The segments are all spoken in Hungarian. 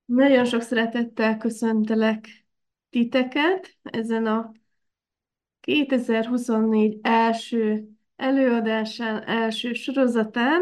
Nagyon sok szeretettel köszöntelek titeket ezen a 2024 első előadásán, első sorozatán,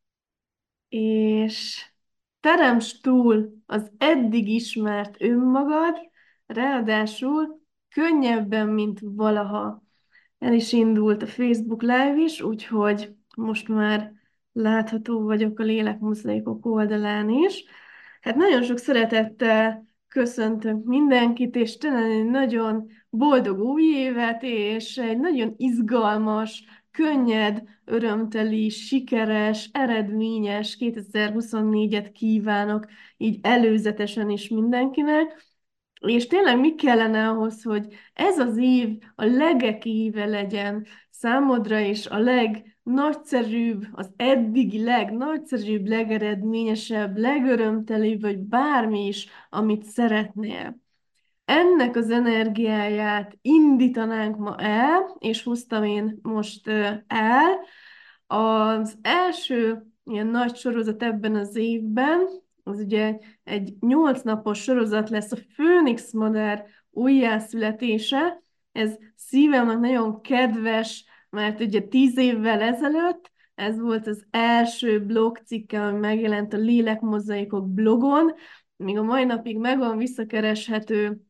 és teremts túl az eddig ismert önmagad, ráadásul könnyebben, mint valaha. El is indult a Facebook Live is, úgyhogy most már látható vagyok a Lélekmozaikok oldalán is. Hát nagyon sok szeretettel köszöntök mindenkit, és talán egy nagyon boldog új évet, és egy nagyon izgalmas, könnyed, örömteli, sikeres, eredményes 2024-et kívánok így előzetesen is mindenkinek. És tényleg mi kellene ahhoz, hogy ez az év a legek éve legyen számodra, és a legnagyszerűbb, az eddigi legnagyszerűbb, legeredményesebb, legörömtelibb, vagy bármi is, amit szeretnél. Ennek az energiáját indítanánk ma el, és hoztam én most el. Az első ilyen nagy sorozat ebben az évben, az ugye egy 8 napos sorozat lesz, a Főnix madár újjászületése. Ez szívemnek nagyon kedves, mert ugye 10 évvel ezelőtt ez volt az első blogcikke, ami megjelent a Lélekmozaikok blogon, még a mai napig megvan visszakereshető,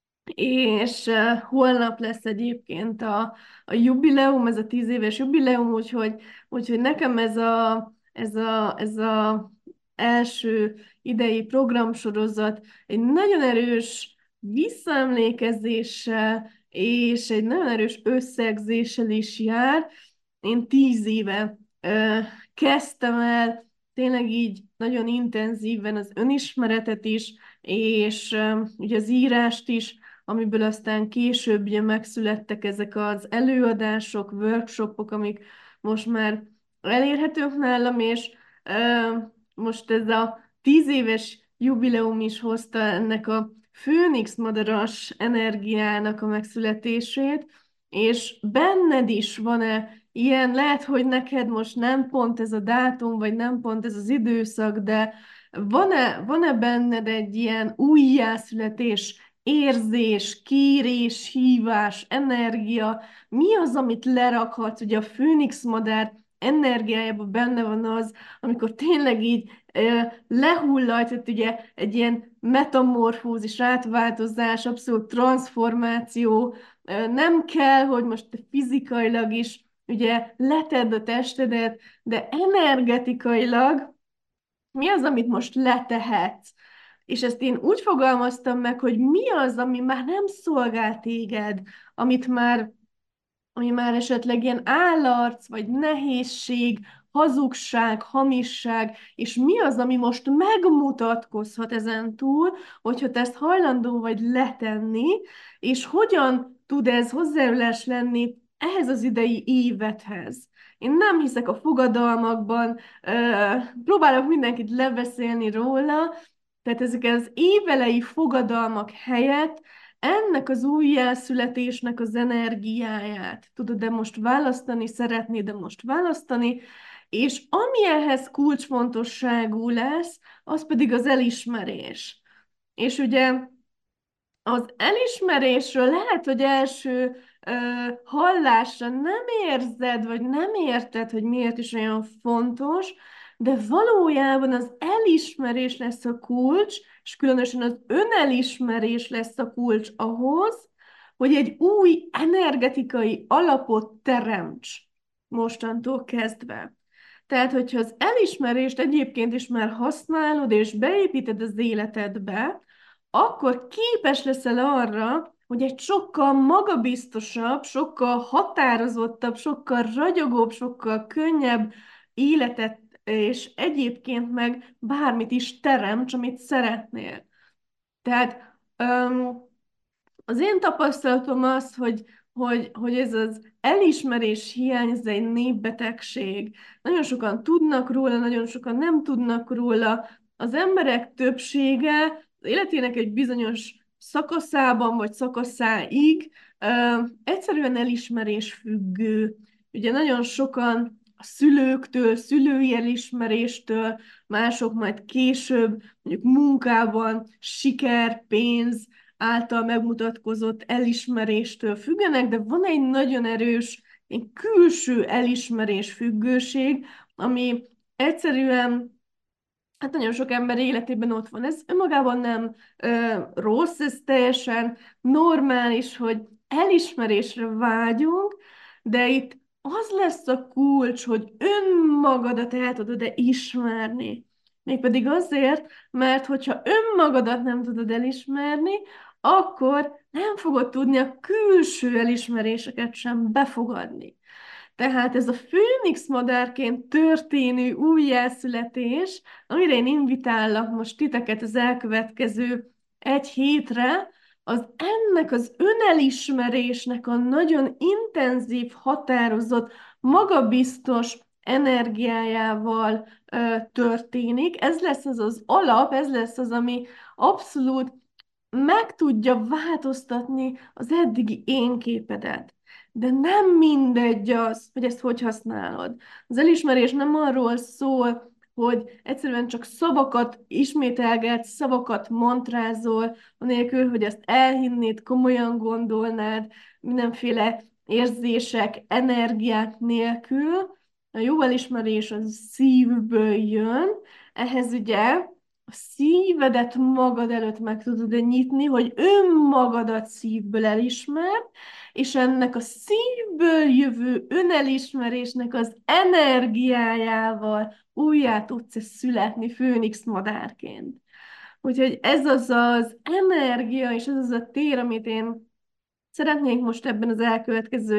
és holnap lesz egyébként a jubileum, ez a 10 éves jubileum, úgyhogy nekem ez a első idei programsorozat egy nagyon erős visszaemlékezéssel és egy nagyon erős összegzéssel is jár. Én 10 éve kezdtem el tényleg így nagyon intenzíven az önismeretet is, és ugye az írást is, amiből aztán később ugye megszülettek ezek az előadások, workshopok, amik most már elérhetők nálam, és most ez a 10 éves jubileum is hozta ennek a Főnix madaras energiának a megszületését, és benned is van-e ilyen, lehet, hogy neked most nem pont ez a dátum, vagy nem pont ez az időszak, de van-e benned egy ilyen újjászületés, érzés, kérés, hívás, energia? Mi az, amit lerakhatsz? Ugye a Főnix madár energiájában benne van az, amikor tényleg így lehullaj, tehát ugye egy ilyen metamorfózis, átváltozás, abszolút transformáció, nem kell, hogy most te fizikailag is ugye letedd a testedet, de energetikailag mi az, amit most letehetsz? És ezt én úgy fogalmaztam meg, hogy mi az, ami már nem szolgál téged, amit már ami már esetleg ilyen állarc, vagy nehézség, hazugság, hamisság, és mi az, ami most megmutatkozhat ezen túl, hogyha te ezt hajlandó vagy letenni, és hogyan tud ez hozzájárulás lenni ehhez az idei évedhez. Én nem hiszek a fogadalmakban, próbálok mindenkit lebeszélni róla, tehát ezek az évelei fogadalmak helyett ennek az újjászületésnek az energiáját tudod de most választani, szeretnéd de most választani, és ami ehhez kulcsfontosságú lesz, az pedig az elismerés. És ugye az elismerésről lehet, hogy első hallásra nem érzed, vagy nem érted, hogy miért is olyan fontos, de valójában az elismerés lesz a kulcs, és különösen az önelismerés lesz a kulcs ahhoz, hogy egy új energetikai alapot teremts mostantól kezdve. Tehát, hogyha az elismerést egyébként is már használod, és beépíted az életedbe, akkor képes leszel arra, hogy egy sokkal magabiztosabb, sokkal határozottabb, sokkal ragyogóbb, sokkal könnyebb életet, és egyébként meg bármit is teremts, amit szeretnél. Tehát az én tapasztalatom az, hogy ez az elismerés hiány, ez egy népbetegség. Nagyon sokan tudnak róla, nagyon sokan nem tudnak róla. Az emberek többsége az életének egy bizonyos szakaszában vagy szakaszáig egyszerűen elismerés függő. Ugye nagyon sokan a szülőktől, szülői elismeréstől, mások majd később, mondjuk munkában, siker, pénz által megmutatkozott elismeréstől függenek, de van egy nagyon erős, egy külső elismerés függőség, ami egyszerűen hát nagyon sok ember életében ott van. Ez önmagában nem rossz, ez teljesen normális, hogy elismerésre vágyunk, de itt az lesz a kulcs, hogy önmagadat el tudod-e ismerni. Mégpedig azért, mert hogyha önmagadat nem tudod elismerni, akkor nem fogod tudni a külső elismeréseket sem befogadni. Tehát ez a főnix madárként történő újjászületés, amire én invitállak most titeket az elkövetkező egy hétre, az ennek az önelismerésnek a nagyon intenzív, határozott, magabiztos energiájával történik. Ez lesz az az alap, ez lesz az, ami abszolút meg tudja változtatni az eddigi énképedet. De nem mindegy az, hogy ezt hogy használod. Az elismerés nem arról szól, hogy egyszerűen csak szavakat ismételgetsz, szavakat mantrázol, anélkül, hogy ezt elhinnéd, komolyan gondolnád, mindenféle érzések, energiák nélkül. A jó elismerés az szívből jön, ehhez ugye a szívedet magad előtt meg tudod nyitni, hogy önmagadat szívből elismerd, és ennek a szívből jövő önelismerésnek az energiájával újjá tudsz születni főnix madárként. Úgyhogy ez az az energia, és ez az a tér, amit én szeretnék most ebben az elkövetkező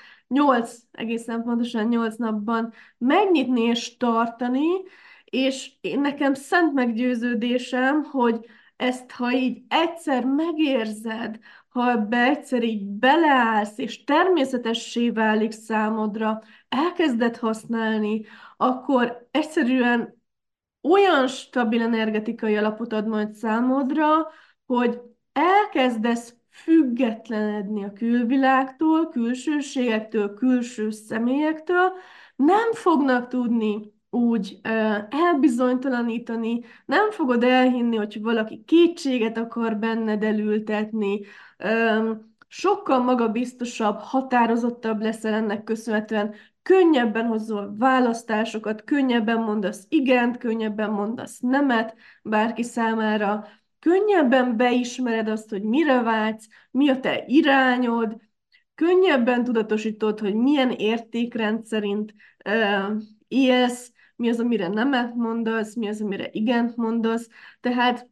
8, egészen pontosan 8 napban megnyitni és tartani, és nekem szent meggyőződésem, hogy ezt, ha így egyszer megérzed, ha ebbe egyszer így beleállsz, és természetessé válik számodra, elkezded használni, akkor egyszerűen olyan stabil energetikai alapot ad majd számodra, hogy elkezdesz függetlenedni a külvilágtól, külsőségektől, külső személyektől, nem fognak tudni úgy elbizonytalanítani, nem fogod elhinni, hogy valaki kétséget akar benned elültetni, sokkal magabiztosabb, határozottabb leszel ennek köszönhetően, könnyebben hozol választásokat, könnyebben mondasz igent, könnyebben mondasz nemet bárki számára, könnyebben beismered azt, hogy mire vágysz, mi a te irányod, könnyebben tudatosítod, hogy milyen értékrend szerint élsz, mi az, amire nemet mondasz, mi az, amire igent mondasz. Tehát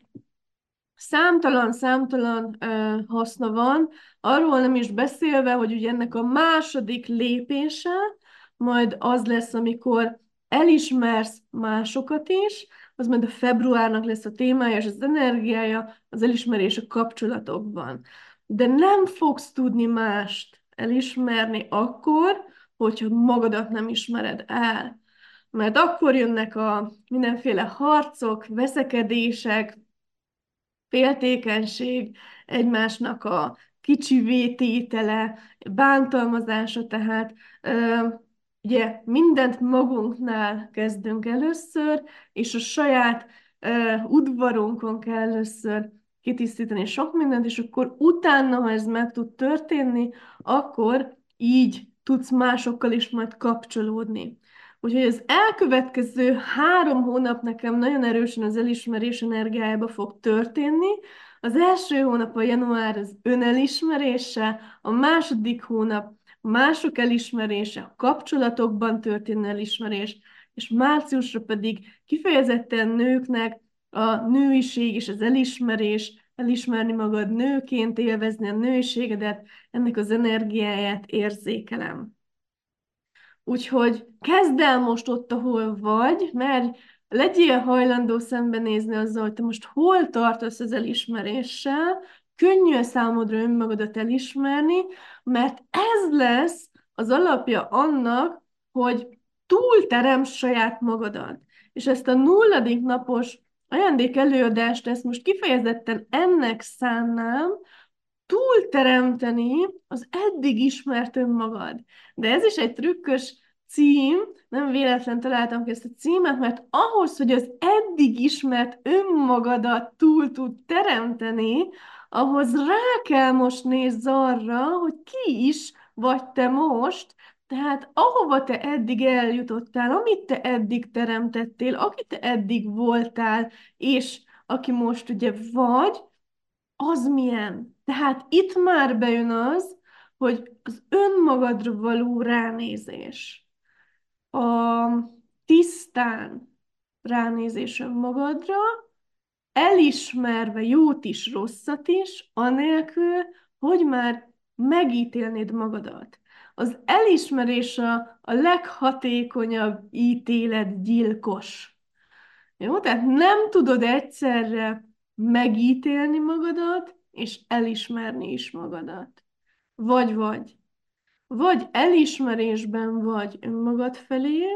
számtalan haszna van, arról nem is beszélve, hogy ugye ennek a második lépése majd az lesz, amikor elismersz másokat is, az majd a februárnak lesz a témája, és az energiája az elismerés a kapcsolatokban. De nem fogsz tudni mást elismerni akkor, hogyha magadat nem ismered el. Mert akkor jönnek a mindenféle harcok, veszekedések, féltékenység, egymásnak a kicsivé tétele, bántalmazása, tehát ugye mindent magunknál kezdünk először, és a saját udvarunkon kell először kitisztítani sok mindent, és akkor utána, ha ez meg tud történni, akkor így tudsz másokkal is majd kapcsolódni. Úgyhogy az elkövetkező 3 hónap nekem nagyon erősen az elismerés energiájába fog történni. Az első hónap a január az önelismerése, a második hónap a mások elismerése, a kapcsolatokban történő elismerés, és márciusra pedig kifejezetten nőknek a nőiség és az elismerés, elismerni magad nőként, élvezni a nőiségedet, ennek az energiáját érzékelem. Úgyhogy kezd el most ott, ahol vagy, mert legyél hajlandó szembenézni azzal, hogy te most hol tartasz az elismeréssel, könnyű számodra önmagadat elismerni, mert ez lesz az alapja annak, hogy túlteremts saját magadat. És ezt a 0. napos ajándék előadást, ezt most kifejezetten ennek szánnám, túlteremteni az eddig ismert önmagad. De ez is egy trükkös cím, nem véletlen találtam ki ezt a címet, mert ahhoz, hogy az eddig ismert önmagadat túl tud teremteni, ahhoz rá kell most nézz arra, hogy ki is vagy te most, tehát ahova te eddig eljutottál, amit te eddig teremtettél, aki te eddig voltál, és aki most ugye vagy, az milyen. Tehát itt már bejön az, hogy az önmagadra való ránézés, a tisztán ránézés önmagadra, elismerve jót is, rosszat is, anélkül, hogy már megítélnéd magadat. Az elismerés a leghatékonyabb ítéletgyilkos. Jó? Tehát nem tudod egyszerre megítélni magadat, és elismerni is magadat. Vagy. Vagy elismerésben vagy önmagad felé,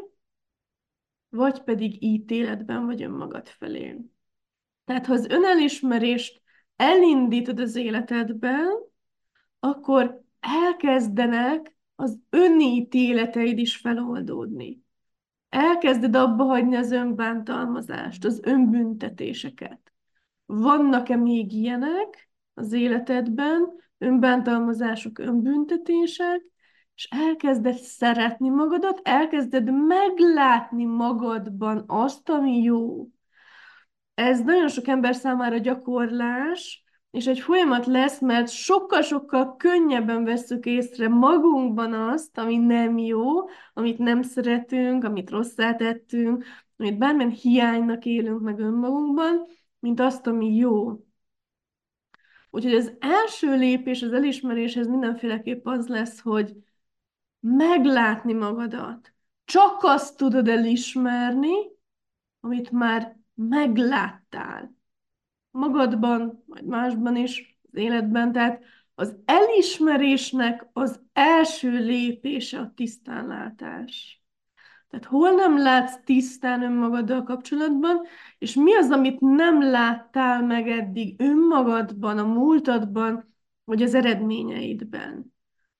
vagy pedig ítéletben vagy önmagad felé. Tehát ha az önelismerést elindítod az életedben, akkor elkezdenek az önítéleteid is feloldódni. Elkezded abba hagyni az önbántalmazást, az önbüntetéseket. Vannak-e még ilyenek az életedben, önbántalmazások, önbüntetések, és elkezded szeretni magadat, elkezded meglátni magadban azt, ami jó. Ez nagyon sok ember számára gyakorlás, és egy folyamat lesz, mert sokkal-sokkal könnyebben vesszük észre magunkban azt, ami nem jó, amit nem szeretünk, amit rosszá tettünk, amit bármilyen hiánynak élünk meg önmagunkban, mint azt, ami jó. Úgyhogy az első lépés az elismeréshez mindenféleképp az lesz, hogy meglátni magadat. Csak azt tudod elismerni, amit már megláttál. Magadban, vagy másban is, az életben. Tehát az elismerésnek az első lépése a tisztánlátás. Tehát hol nem látsz tisztán önmagaddal kapcsolatban, és mi az, amit nem láttál meg eddig önmagadban, a múltadban, vagy az eredményeidben.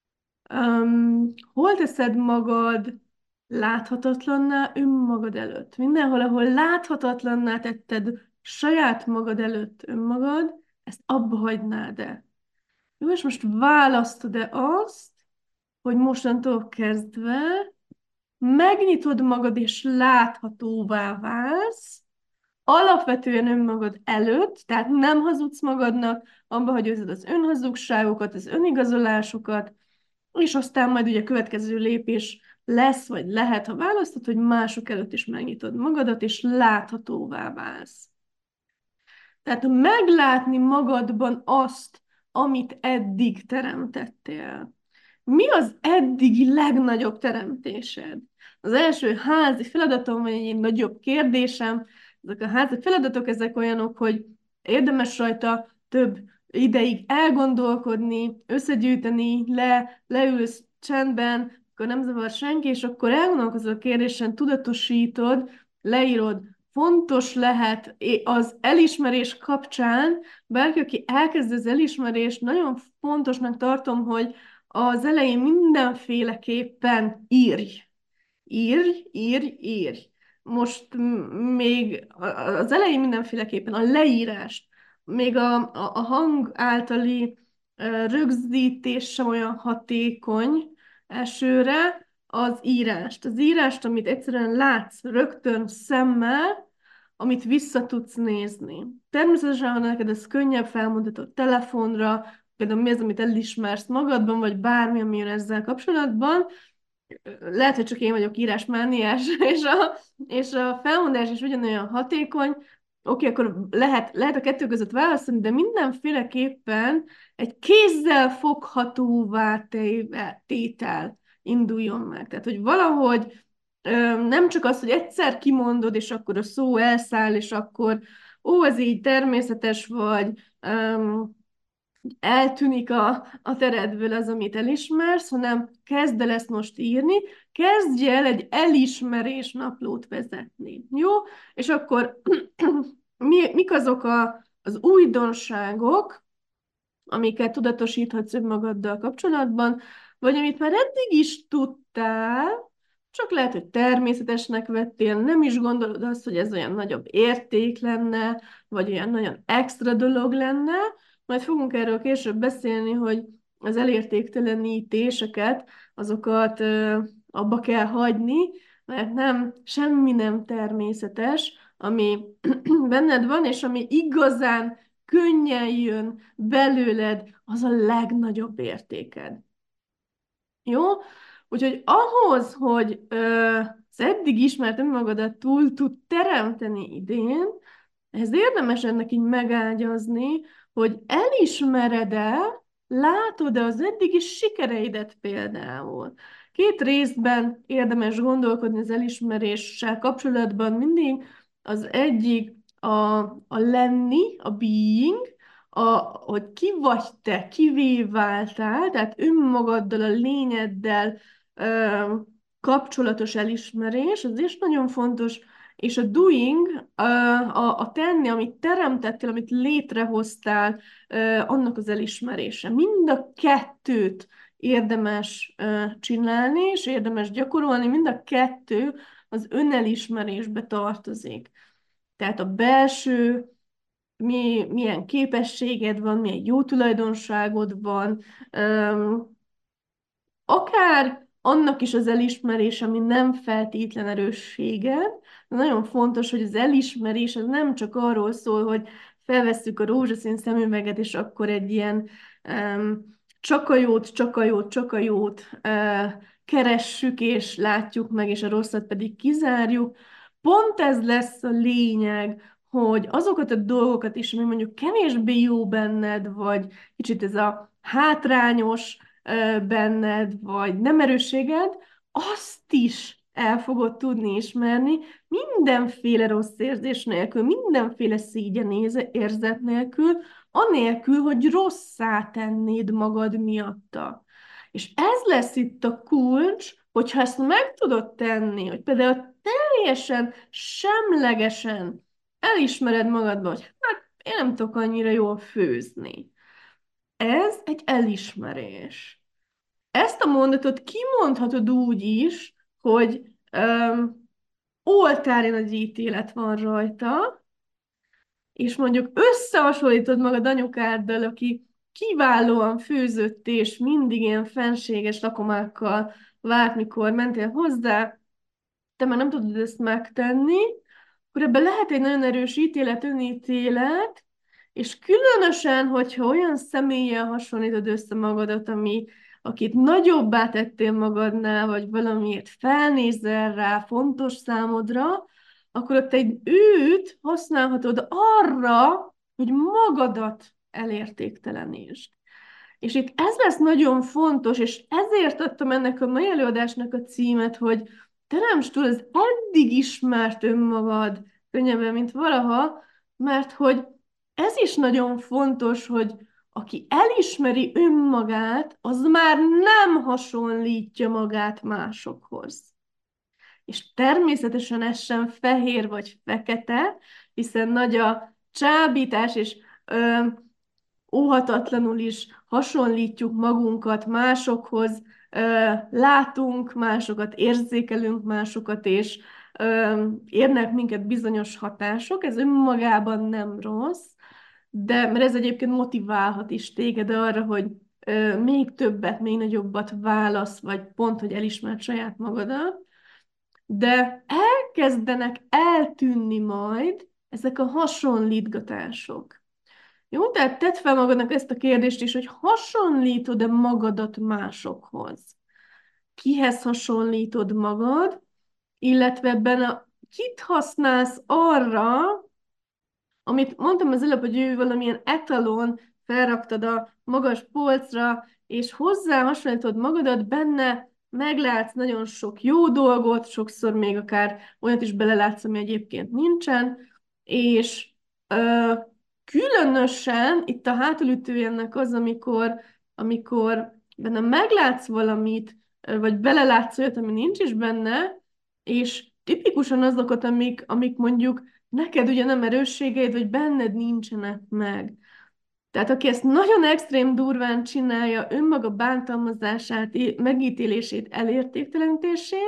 Hol teszed magad láthatatlanná önmagad előtt? Mindenhol, ahol láthatatlanná tetted saját magad előtt önmagad, ezt abba hagynád-e? Jó, és most választod-e azt, hogy mostantól kezdve megnyitod magad és láthatóvá válsz, alapvetően önmagad előtt, tehát nem hazudsz magadnak, abba hagyod az önhazugságokat, az önigazolásokat, és aztán majd ugye a következő lépés lesz, vagy lehet, ha választod, hogy mások előtt is megnyitod magadat, és láthatóvá válsz. Tehát meglátni magadban azt, amit eddig teremtettél. Mi az eddigi legnagyobb teremtésed? Az első házi feladatom, vagy egy nagyobb kérdésem, ezek a házi feladatok, ezek olyanok, hogy érdemes rajta több ideig elgondolkodni, összegyűjteni, leülsz csendben, akkor nem zavar senki, és akkor elgondolkozol a kérdésen, tudatosítod, leírod. Fontos lehet az elismerés kapcsán, bárki, aki elkezd az elismerést, nagyon fontosnak tartom, hogy az elején mindenféleképpen írj. Írj. Most még az elején mindenféleképpen a leírást, még a hang általi rögzítés sem olyan hatékony elsőre, az írást, amit egyszerűen látsz rögtön szemmel, amit vissza tudsz nézni. Természetesen, ha neked ez könnyebb, felmutatod telefonra, például mi az, amit elismersz magadban, vagy bármi, ami jön ezzel kapcsolatban, lehet, hogy csak én vagyok írásmániás, és a felmondás is ugyanolyan hatékony, oké, akkor lehet a kettő között választani, de mindenféleképpen egy kézzel foghatóvá tétel induljon meg. Tehát, hogy valahogy nem csak az, hogy egyszer kimondod, és akkor a szó elszáll, és akkor ez így természetes, vagy eltűnik a teredből az, amit elismersz, hanem kezd el ezt most írni, kezdj el egy elismerés naplót vezetni. Jó? És akkor mik azok az újdonságok, amiket tudatosíthatsz önmagaddal kapcsolatban, vagy amit már eddig is tudtál, csak lehet, hogy természetesnek vettél, nem is gondolod azt, hogy ez olyan nagyobb érték lenne, vagy olyan nagyon extra dolog lenne. Majd fogunk erről később beszélni, hogy az elértéktelenítéseket, azokat abba kell hagyni, mert semmi nem természetes, ami benned van, és ami igazán könnyen jön belőled, az a legnagyobb értéked. Jó? Úgyhogy ahhoz, hogy az eddig ismert önmagadat túl tud teremteni idén, ehhez érdemes ennek így megágyazni, hogy elismered-e, látod-e az eddigi sikereidet például. Két részben érdemes gondolkodni az elismeréssel kapcsolatban mindig. Az egyik a lenni, a being, hogy ki vagy te, kivé váltál, tehát önmagaddal, a lényeddel kapcsolatos elismerés, ez is nagyon fontos, és a doing, a tenni, amit teremtettél, amit létrehoztál, annak az elismerése. Mind a kettőt érdemes csinálni, és érdemes gyakorolni, mind a kettő az önelismerésbe tartozik. Tehát a belső, milyen képességed van, milyen jó tulajdonságod van, akár annak is az elismerés, ami nem feltétlen erősséged, de nagyon fontos, hogy az elismerés az nem csak arról szól, hogy felvesszük a rózsaszín szemüveget, és akkor egy ilyen csak a jót, csak a jót, csak a jót keressük, és látjuk meg, és a rosszat pedig kizárjuk. Pont ez lesz a lényeg, hogy azokat a dolgokat is, ami mondjuk kevésbé jó benned, vagy kicsit ez a hátrányos, benned, vagy nem erősséged, azt is el fogod tudni ismerni, mindenféle rossz érzés nélkül, mindenféle szégyen érzet nélkül, anélkül, hogy rosszá tennéd magad miatta. És ez lesz itt a kulcs, hogyha ezt meg tudod tenni, hogy például teljesen semlegesen elismered magadba, hogy hát én nem tudok annyira jól főzni. Ez egy elismerés. Ezt a mondatot kimondhatod úgy is, hogy oltári nagy ítélet van rajta, és mondjuk összehasonlítod magad anyukáddal, aki kiválóan főzött, és mindig ilyen fenséges lakomákkal várt, mikor mentél hozzá, te már nem tudod ezt megtenni, akkor ebben lehet egy nagyon erős ítélet, önítélet, és különösen, hogyha olyan személlyel hasonlítod össze magadat, akit nagyobbá tettél magadnál, vagy valamiért felnézel rá, fontos számodra, akkor ott egy őt használhatod arra, hogy magadat elértéktelenítsd. És itt ez lesz nagyon fontos, és ezért adtam ennek a mai előadásnak a címet, hogy teremtsd túl az eddig ismert önmagad könnyebben, mint valaha, mert hogy ez is nagyon fontos, hogy aki elismeri önmagát, az már nem hasonlítja magát másokhoz. És természetesen ez sem fehér vagy fekete, hiszen nagy a csábítás, és óhatatlanul is hasonlítjuk magunkat másokhoz, látunk másokat, érzékelünk másokat, és érnek minket bizonyos hatások, ez önmagában nem rossz, de mert ez egyébként motiválhat is téged arra, hogy még többet, még nagyobbat válasz, vagy pont, hogy elismerd saját magadat, de elkezdenek eltűnni majd ezek a hasonlítgatások. Jó, tehát tedd fel magadnak ezt a kérdést is, hogy hasonlítod-e magadat másokhoz? Kihez hasonlítod magad, illetve kit használsz arra, amit mondtam az előbb, hogy ő valamilyen etalon, felraktad a magas polcra, és hozzá hasonlítod magadat, benne meglátsz nagyon sok jó dolgot, sokszor még akár olyat is belelátsz, ami egyébként nincsen, és ö, különösen itt a hátulütője az, amikor benne meglátsz valamit, vagy belelátsz olyat, ami nincs is benne, és tipikusan azokat, amik mondjuk neked ugye nem erősségeid, vagy benned nincsenek meg. Tehát aki ezt nagyon extrém durván csinálja, önmaga bántalmazását, megítélését, elértéktelenítését,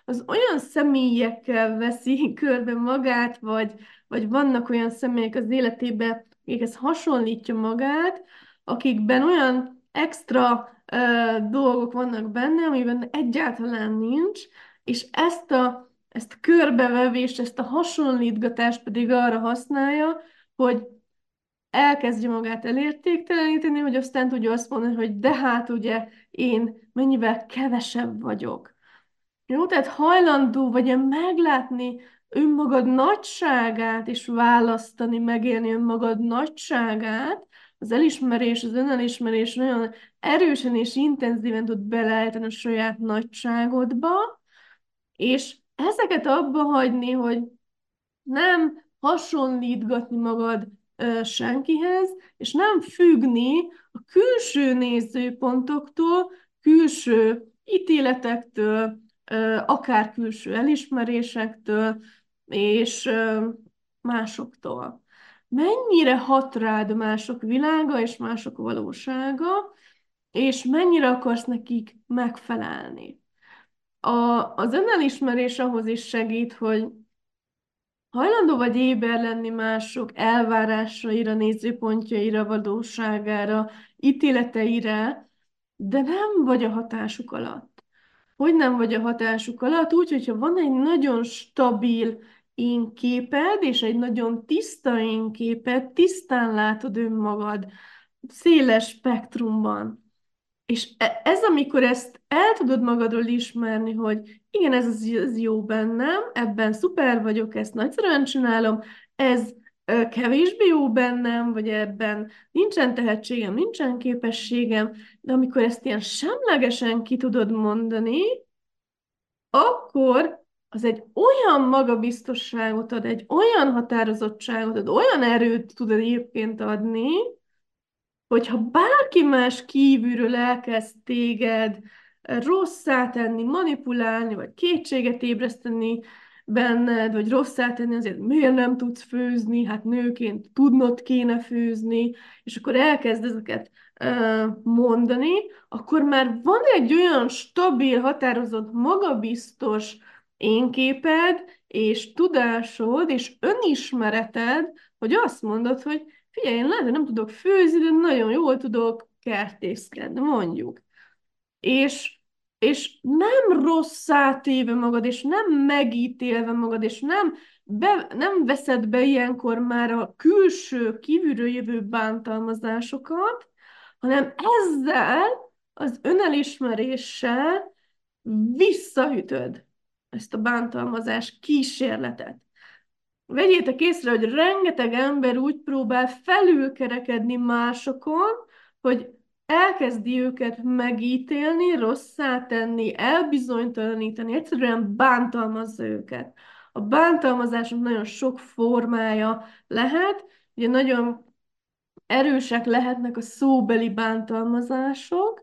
az olyan személyekkel veszi körbe magát, vagy vannak olyan személyek az életében, akikhez hasonlítja magát, akikben olyan extra dolgok vannak benne, amiben egyáltalán nincs, és ezt a körbevevést, ezt a hasonlítgatást pedig arra használja, hogy elkezdje magát elértékteleníteni, hogy aztán tudja azt mondani, hogy de hát ugye én mennyivel kevesebb vagyok. Jó, tehát hajlandó vagy-e meglátni önmagad nagyságát, és választani, megélni önmagad nagyságát, az elismerés, az önelismerés nagyon erősen és intenzíven tud beleállítani a saját nagyságodba, és ezeket abba hagyni, hogy nem hasonlítgatni magad senkihez, és nem függni a külső nézőpontoktól, külső ítéletektől, akár külső elismerésektől, és másoktól. Mennyire hat rád mások világa és mások valósága, és mennyire akarsz nekik megfelelni. Az önelismerés ahhoz is segít, hogy hajlandó vagy éber lenni mások elvárásaira, nézőpontjaira, valóságára, ítéleteire, de nem vagy a hatásuk alatt. Hogy nem vagy a hatásuk alatt? Úgy, hogyha van egy nagyon stabil én képed, és egy nagyon tiszta én képed, tisztán látod önmagad, széles spektrumban. És ez, amikor ezt el tudod magadról ismerni, hogy igen, ez jó bennem, ebben szuper vagyok, ezt nagyszerűen csinálom, ez kevésbé jó bennem, vagy ebben nincsen tehetségem, nincsen képességem, de amikor ezt ilyen semlegesen ki tudod mondani, akkor az egy olyan magabiztosságot ad, egy olyan határozottságot ad, olyan erőt tud egyébként adni, hogyha bárki más kívülről elkezd téged rosszá tenni, manipulálni, vagy kétséget ébreszteni benned, vagy rosszá tenni azért, miért nem tudsz főzni, hát nőként tudnod kéne főzni, és akkor elkezd ezeket mondani, akkor már van egy olyan stabil, határozott, magabiztos énképed, és tudásod, és önismereted, hogy azt mondod, hogy figyelj, én lehet, hogy nem tudok főzni, de nagyon jól tudok kertészkedni, mondjuk. És, és nem rosszá téve magad, és nem megítélve magad, és nem veszed be ilyenkor már a külső, kívülről jövő bántalmazásokat, hanem ezzel az önelismeréssel visszaütöd ezt a bántalmazás kísérletet. Vegyétek észre, hogy rengeteg ember úgy próbál felülkerekedni másokon, hogy elkezdi őket megítélni, rosszá tenni, elbizonytalanítani, egyszerűen bántalmazza őket. A bántalmazásnak nagyon sok formája lehet, ugye nagyon erősek lehetnek a szóbeli bántalmazások,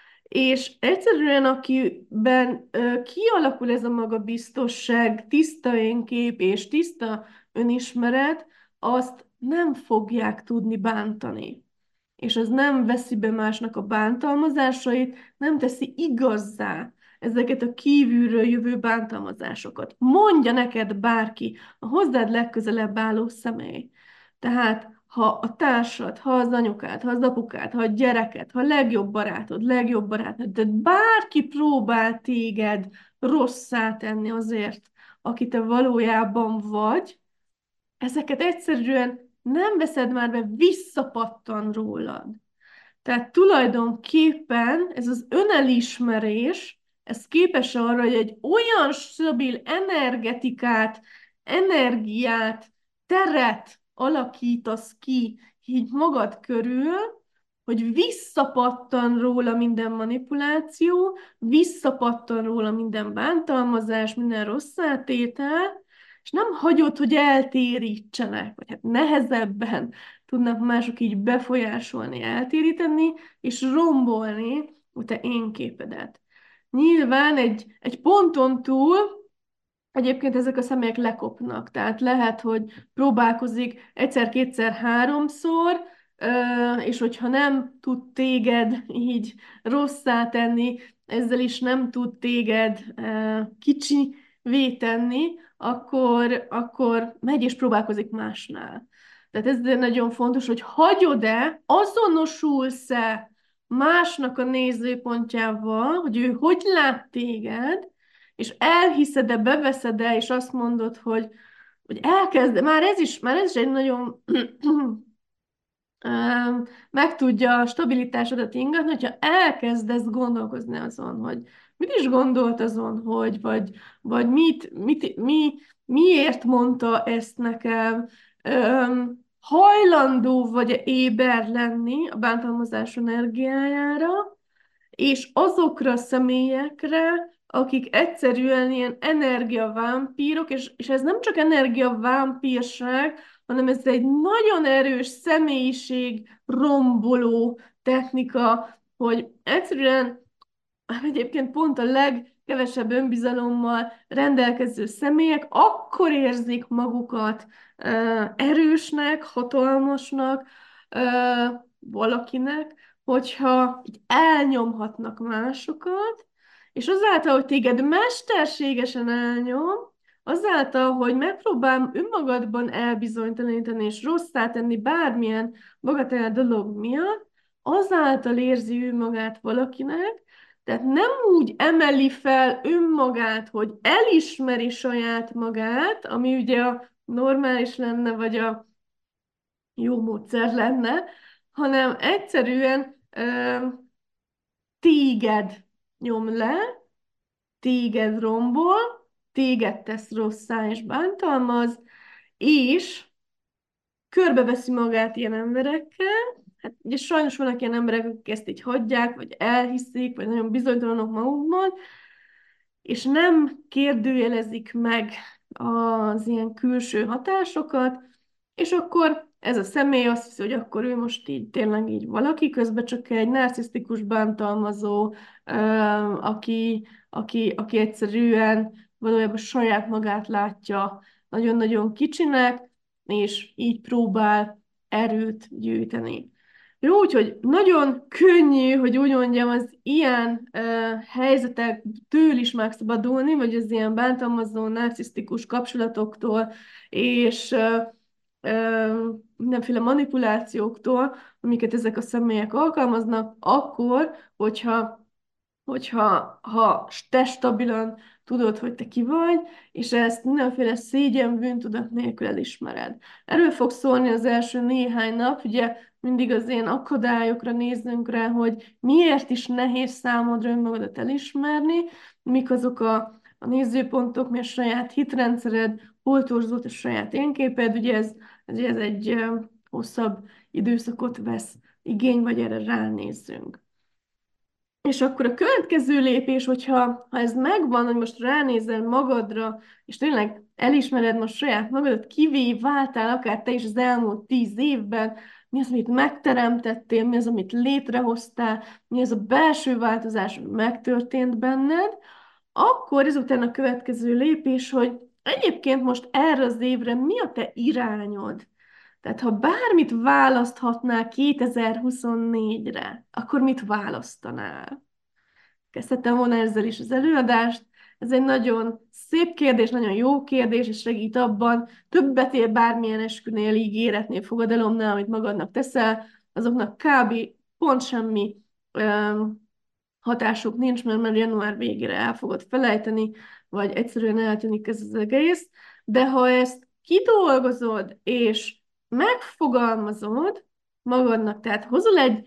és egyszerűen, akiben kialakul ez a magabiztosság, tiszta önkép és tiszta önismeret, azt nem fogják tudni bántani. És az nem veszi be másnak a bántalmazásait, nem teszi igazzá ezeket a kívülről jövő bántalmazásokat. Mondja neked bárki, a hozzád legközelebb álló személy. Tehát ha a társad, ha az anyukád, ha az apukád, ha a gyereket, ha a legjobb barátod, de bárki próbál téged rosszá tenni azért, aki te valójában vagy, ezeket egyszerűen nem veszed már be, visszapattan rólad. Tehát tulajdonképpen ez az önelismerés, ez képes arra, hogy egy olyan stabil energetikát, energiát, teret alakítasz ki így magad körül, hogy visszapattan róla minden manipuláció, visszapattan róla minden bántalmazás, minden rossz átétel, és nem hagyod, hogy eltérítsenek, vagy hát nehezebben tudnak mások így befolyásolni, eltéríteni, és rombolni a te én képedet. Nyilván egy ponton túl egyébként ezek a személyek lekopnak, tehát lehet, hogy próbálkozik egyszer, kétszer, háromszor, és hogyha nem tud téged így rosszá tenni, ezzel is nem tud téged kicsivé tenni, akkor megy és próbálkozik másnál. Tehát ez nagyon fontos, hogy hagyod-e, azonosulsz-e másnak a nézőpontjával, hogy ő hogy lát téged, és elhiszed-e, beveszed-e, és azt mondod, hogy elkezd, már ez is egy nagyon meg tudja a stabilitásodat ingatni, hogyha elkezdesz gondolkozni azon, hogy mit is gondolt azon, vagy miért mondta ezt nekem, hajlandó vagy éber lenni a bántalmazás energiájára, és azokra a személyekre, akik egyszerűen ilyen energiavámpírok, és ez nem csak energiavámpírság, hanem ez egy nagyon erős személyiség romboló technika, hogy egyszerűen egyébként pont a legkevesebb önbizalommal rendelkező személyek akkor érzik magukat erősnek, hatalmasnak valakinek, hogyha így elnyomhatnak másokat, és azáltal, hogy téged mesterségesen elnyom, azáltal, hogy megpróbál önmagadban elbizonytalanítani és rosszá tenni bármilyen bagatell dolog miatt, azáltal érzi ő magát valakinek, tehát nem úgy emeli fel önmagát, hogy elismeri saját magát, ami ugye a normális lenne, vagy a jó módszer lenne, hanem egyszerűen téged nyom le, téged rombol, téged tesz rosszá és bántalmaz, és körbeveszi magát ilyen emberekkel. Hát ugye sajnos vannak ilyen emberek, akik ezt így hagyják, vagy elhiszik, vagy nagyon bizonytalanok magukban, és nem kérdőjelezik meg az ilyen külső hatásokat, és akkor ez a személy azt hiszi, hogy akkor ő most így tényleg így valaki, közben csak egy narcisztikus bántalmazó, aki egyszerűen valójában saját magát látja nagyon-nagyon kicsinek, és így próbál erőt gyűjteni. Jó, úgyhogy nagyon könnyű, hogy úgy mondjam, az ilyen helyzetektől is megszabadulni, vagy az ilyen bántalmazó, narcisztikus kapcsolatoktól, és mindenféle manipulációktól, amiket ezek a személyek alkalmaznak, akkor, hogyha te stabilan tudod, hogy te ki vagy, és ezt mindenféle szégyen, bűntudat nélkül elismered. Erről fog szólni az első néhány nap, ugye mindig az ilyen akadályokra nézzünk rá, hogy miért is nehéz számodra önmagadat elismerni, mik azok a nézőpontok, mi a saját hitrendszered, hol torzult a saját énképed, ugye ez egy hosszabb időszakot vesz igény, vagy erre ránézzünk. És akkor a következő lépés, ha ez megvan, hogy most ránézel magadra, és tényleg elismered most saját magadat, kivé váltál akár te is az elmúlt 10 évben, mi az, amit megteremtettél, mi az, amit létrehoztál, mi az a belső változás, ami megtörtént benned, akkor ezután a következő lépés, hogy egyébként most erre az évre mi a te irányod? Tehát ha bármit választhatnál 2024-re, akkor mit választanál? Kezdhettem volna ezzel is az előadást. Ez egy nagyon szép kérdés, nagyon jó kérdés, és segít abban, többet ér bármilyen eskünél, ígéretnél, fogadalomnál, amit magadnak teszel, azoknak kb. Pont semmi hatásuk nincs, mert január végére el fogod felejteni, vagy egyszerűen eltűnik ez az egész. De ha ezt kidolgozod, és megfogalmazod magadnak, tehát hozol egy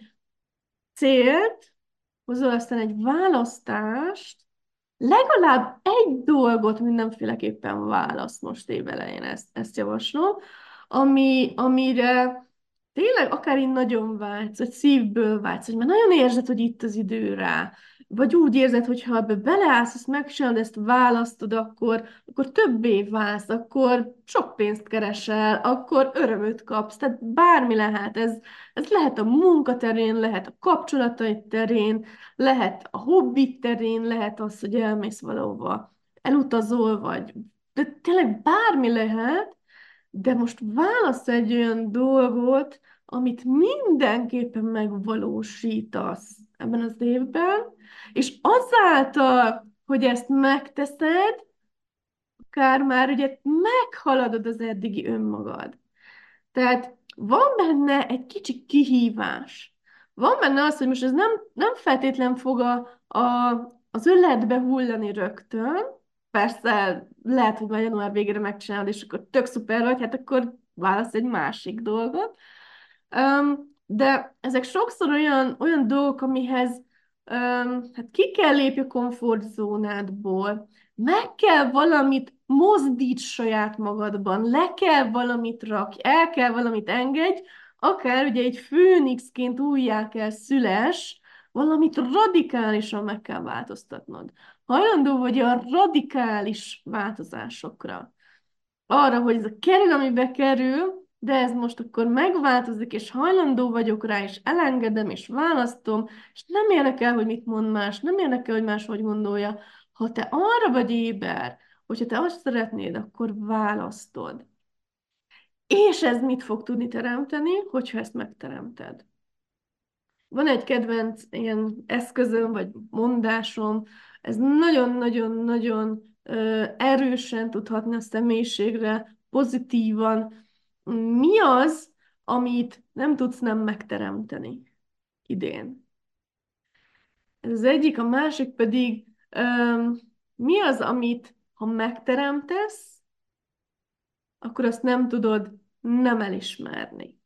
célt, hozol aztán egy választást, legalább egy dolgot mindenféleképpen választ most évelején, ezt javaslom, amire tényleg akár így nagyon vágysz, vagy szívből vágysz, hogy már nagyon érzed, hogy itt az idő rá, vagy úgy érzed, hogy ha ebbe beleállsz, ezt megcsinálod, ezt választod, akkor többé válsz, akkor sok pénzt keresel, akkor örömöt kapsz, tehát bármi lehet, ez lehet a munka terén, lehet a kapcsolataid terén, lehet a hobbit terén, lehet az, hogy elmész valahova, elutazol, vagy de tényleg bármi lehet, de most válasz egy olyan dolgot, amit mindenképpen megvalósítasz ebben az évben, és azáltal, hogy ezt megteszed, akár már ugye meghaladod az eddigi önmagad. Tehát van benne egy kicsi kihívás. Van benne az, hogy most ez nem feltétlen fog az öletbe hullani rögtön. Persze lehet, hogy már január végére megcsinálod, és akkor tök szuper vagy, hát akkor válasz egy másik dolgot. De ezek sokszor olyan dolgok, amihez hát ki kell lépni a komfortzónádból, meg kell valamit mozdíts saját magadban, le kell valamit rakj, el kell valamit engedj, akár ugye egy főnixként újjá kell szüles, valamit radikálisan meg kell változtatnod. Hajlandó vagy a radikális változásokra. Arra, hogy ez a kerül, amibe kerül, de ez most akkor megváltozik, és hajlandó vagyok rá, és elengedem, és választom, és nem érdekel, hogy mit mond más, nem érdekel, hogy más hogy gondolja. Ha te arra vagy éber, hogyha te azt szeretnéd, akkor választod. És ez mit fog tudni teremteni, hogyha ezt megteremted? Van egy kedvenc ilyen eszközöm, vagy mondásom, ez nagyon-nagyon-nagyon erősen tudhatni a személyiségre, pozitívan. Mi az, amit nem tudsz nem megteremteni idén? Ez az egyik, a másik pedig mi az, amit ha megteremtesz, akkor azt nem tudod nem elismerni.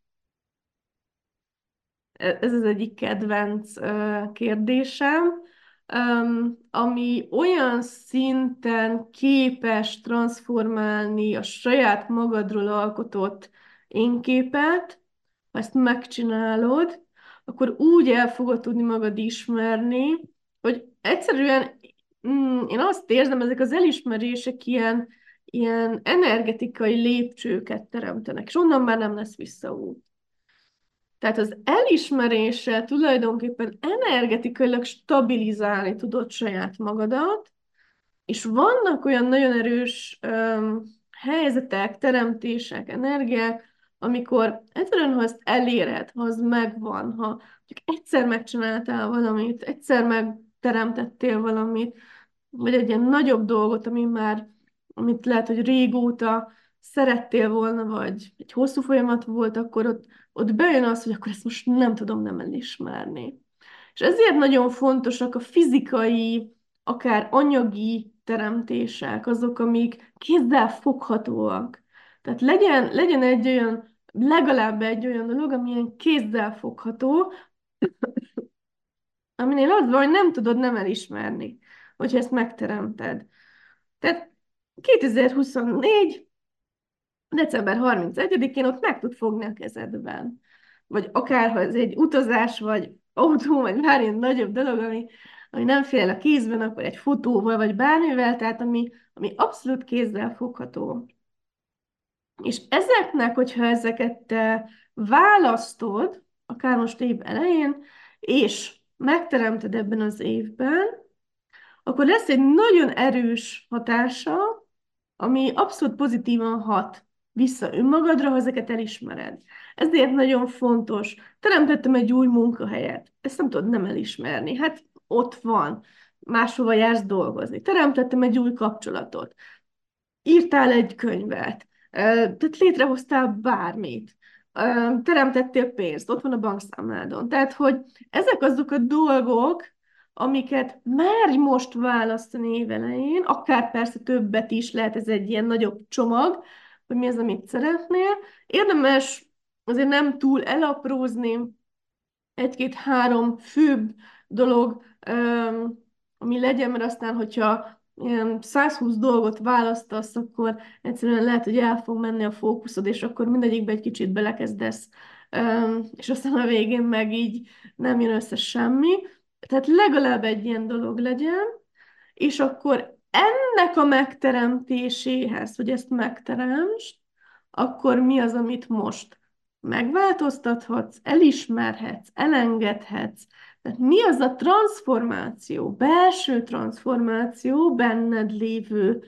Ez az egyik kedvenc kérdésem, ami olyan szinten képes transformálni a saját magadról alkotott énképet, ha ezt megcsinálod, akkor úgy el fogod tudni magad ismerni, hogy egyszerűen én azt érzem, ezek az elismerések ilyen energetikai lépcsőket teremtenek, és onnan már nem lesz visszaút. Tehát az elismeréssel tulajdonképpen energetikailag stabilizálni tudod saját magadat, és vannak olyan nagyon erős helyzetek, teremtések, energiák, amikor egyszerűen, ha ezt eléred, ha az megvan, ha csak egyszer megcsináltál valamit, egyszer megteremtettél valamit, vagy egy ilyen nagyobb dolgot, amit lehet, hogy régóta szerettél volna, vagy egy hosszú folyamat volt, akkor ott bejön az, hogy akkor ezt most nem tudom nem elismerni. És ezért nagyon fontosak a fizikai, akár anyagi teremtések, azok, amik kézzel foghatóak. Tehát legyen legalább egy olyan dolog, ami ilyen kézzel fogható, aminél az van, hogy nem tudod nem elismerni, hogyha ezt megteremted. Tehát 2024. december 31-én ott meg tud fogni a kezedben. Vagy akár, ha ez egy utazás, vagy autó, vagy bármilyen nagyobb dolog, ami nem fél a kézben, akkor egy fotóval, vagy bármivel, tehát ami abszolút kézzel fogható. És ezeknek, hogyha ezeket te választod, akár most év elején, és megteremted ebben az évben, akkor lesz egy nagyon erős hatása, ami abszolút pozitívan hat vissza önmagadra, ha ezeket elismered. Ezért nagyon fontos. Teremtettem egy új munkahelyet. Ezt nem tudod nem elismerni. Hát ott van. Máshova jársz dolgozni. Teremtettem egy új kapcsolatot. Írtál egy könyvet. Tehát létrehoztál bármit. Teremtettél pénzt. Ott van a bankszámládon. Tehát, hogy ezek azok a dolgok, amiket merj most választani évelején, akár persze többet is, lehet ez egy ilyen nagyobb csomag, hogy mi az, amit szeretnél. Érdemes azért nem túl elaprózni, egy-két-három főbb dolog, ami legyen, mert aztán, hogyha ilyen 120 dolgot választasz, akkor egyszerűen lehet, hogy el fog menni a fókuszod, és akkor mindegyikbe egy kicsit belekezdesz, és aztán a végén meg így nem jön össze semmi. Tehát legalább egy ilyen dolog legyen, és akkor ennek a megteremtéséhez, hogy ezt megteremtsd, akkor mi az, amit most megváltoztathatsz, elismerhetsz, elengedhetsz. Tehát mi az a transformáció, belső transformáció, benned lévő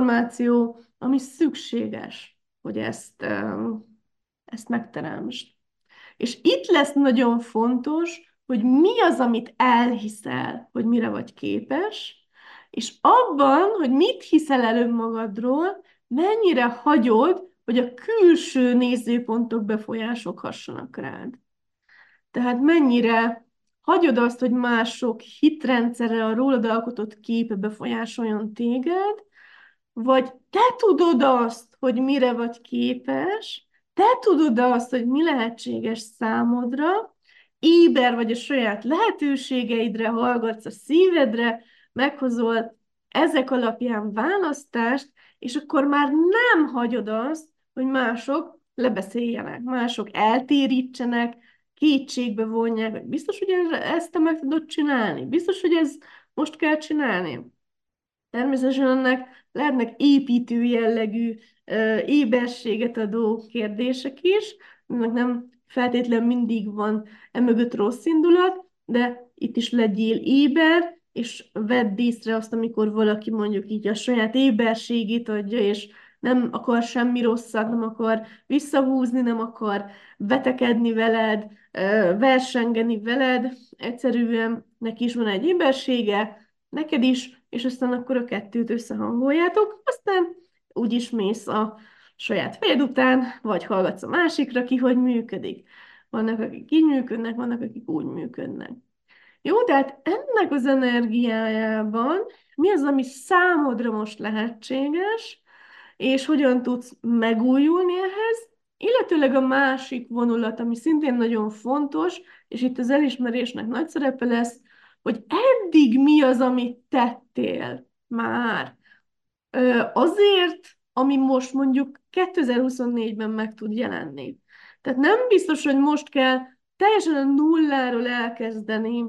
transformáció, ami szükséges, hogy ezt megteremtsd. És itt lesz nagyon fontos, hogy mi az, amit elhiszel, hogy mire vagy képes, és abban, hogy mit hiszel el önmagadról, mennyire hagyod, hogy a külső nézőpontok befolyásolhassanak rád. Tehát mennyire hagyod azt, hogy mások hitrendszere, a rólad alkotott képe befolyásoljon téged, vagy te tudod azt, hogy mire vagy képes, te tudod azt, hogy mi lehetséges számodra, éber vagy a saját lehetőségeidre, hallgatsz a szívedre, meghozol ezek alapján választást, és akkor már nem hagyod azt, hogy mások lebeszéljenek, mások eltérítsenek, kétségbe vonják, hogy biztos, hogy ezt te meg tudod csinálni, biztos, hogy ez most kell csinálni. Természetesen ennek lehetnek építő jellegű, éberséget adó kérdések is, ennek nem feltétlenül mindig van emögött rossz indulat, de itt is legyél éber, és vedd észre azt, amikor valaki mondjuk így a saját éberségét adja, és nem akar semmi rosszat, nem akar visszahúzni, nem akar vetekedni veled, versengeni veled, egyszerűen neki is van egy ébersége, neked is, és aztán akkor a kettőt összehangoljátok, aztán úgyis mész a saját fejed után, vagy hallgatsz a másikra, ki hogy működik. Vannak, akik így működnek, vannak, akik úgy működnek. Jó, tehát ennek az energiájában mi az, ami számodra most lehetséges, és hogyan tudsz megújulni ehhez, illetőleg a másik vonulat, ami szintén nagyon fontos, és itt az elismerésnek nagy szerepe lesz, hogy eddig mi az, amit tettél már. Azért, ami most mondjuk 2024-ben meg tud jelenni. Tehát nem biztos, hogy most kell teljesen a nulláról elkezdeni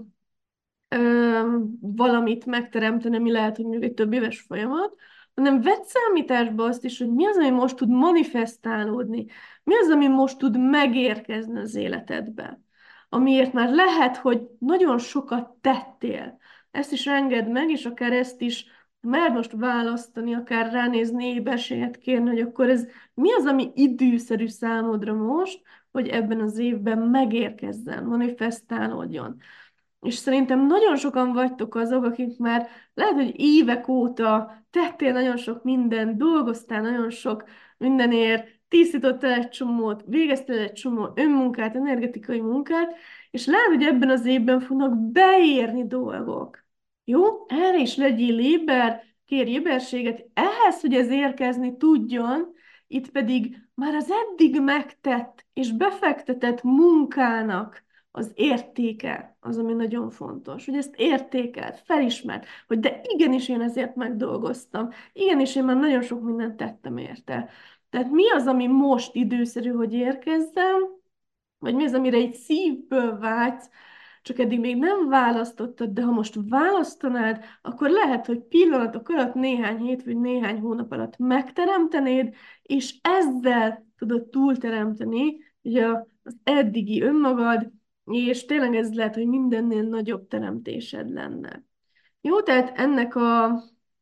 valamit megteremteni, ami lehet, hogy mondjuk egy több éves folyamat, hanem vedd számításba azt is, hogy mi az, ami most tud manifestálódni, mi az, ami most tud megérkezni az életedbe, amiért már lehet, hogy nagyon sokat tettél. Ezt is engedd meg, és akár ezt is mer most választani, akár ránézni, éberséget kérni, hogy akkor ez mi az, ami időszerű számodra most, hogy ebben az évben megérkezzen, manifestálódjon. És szerintem nagyon sokan vagytok azok, akik már lehet, hogy évek óta tettél nagyon sok mindent, dolgoztál nagyon sok mindenért, tisztítottál egy csomót, végeztél egy csomó önmunkát, energetikai munkát, és lehet, hogy ebben az évben fognak beérni dolgok. Jó? Erre is legyél éber, kérj éberséget, ehhez, hogy ez érkezni tudjon, itt pedig már az eddig megtett és befektetett munkának az értéke az, ami nagyon fontos, hogy ezt értékelt, felismert, hogy de igenis én ezért megdolgoztam, igenis én már nagyon sok mindent tettem érte. Tehát mi az, ami most időszerű, hogy érkezzem, vagy mi az, amire egy szívből vágysz, csak eddig még nem választottad, de ha most választanád, akkor lehet, hogy pillanatok alatt, néhány hét vagy néhány hónap alatt megteremtenéd, és ezzel tudod túlteremteni ugye, az eddigi önmagad, és tényleg ez lehet, hogy mindennél nagyobb teremtésed lenne. Jó, tehát ennek a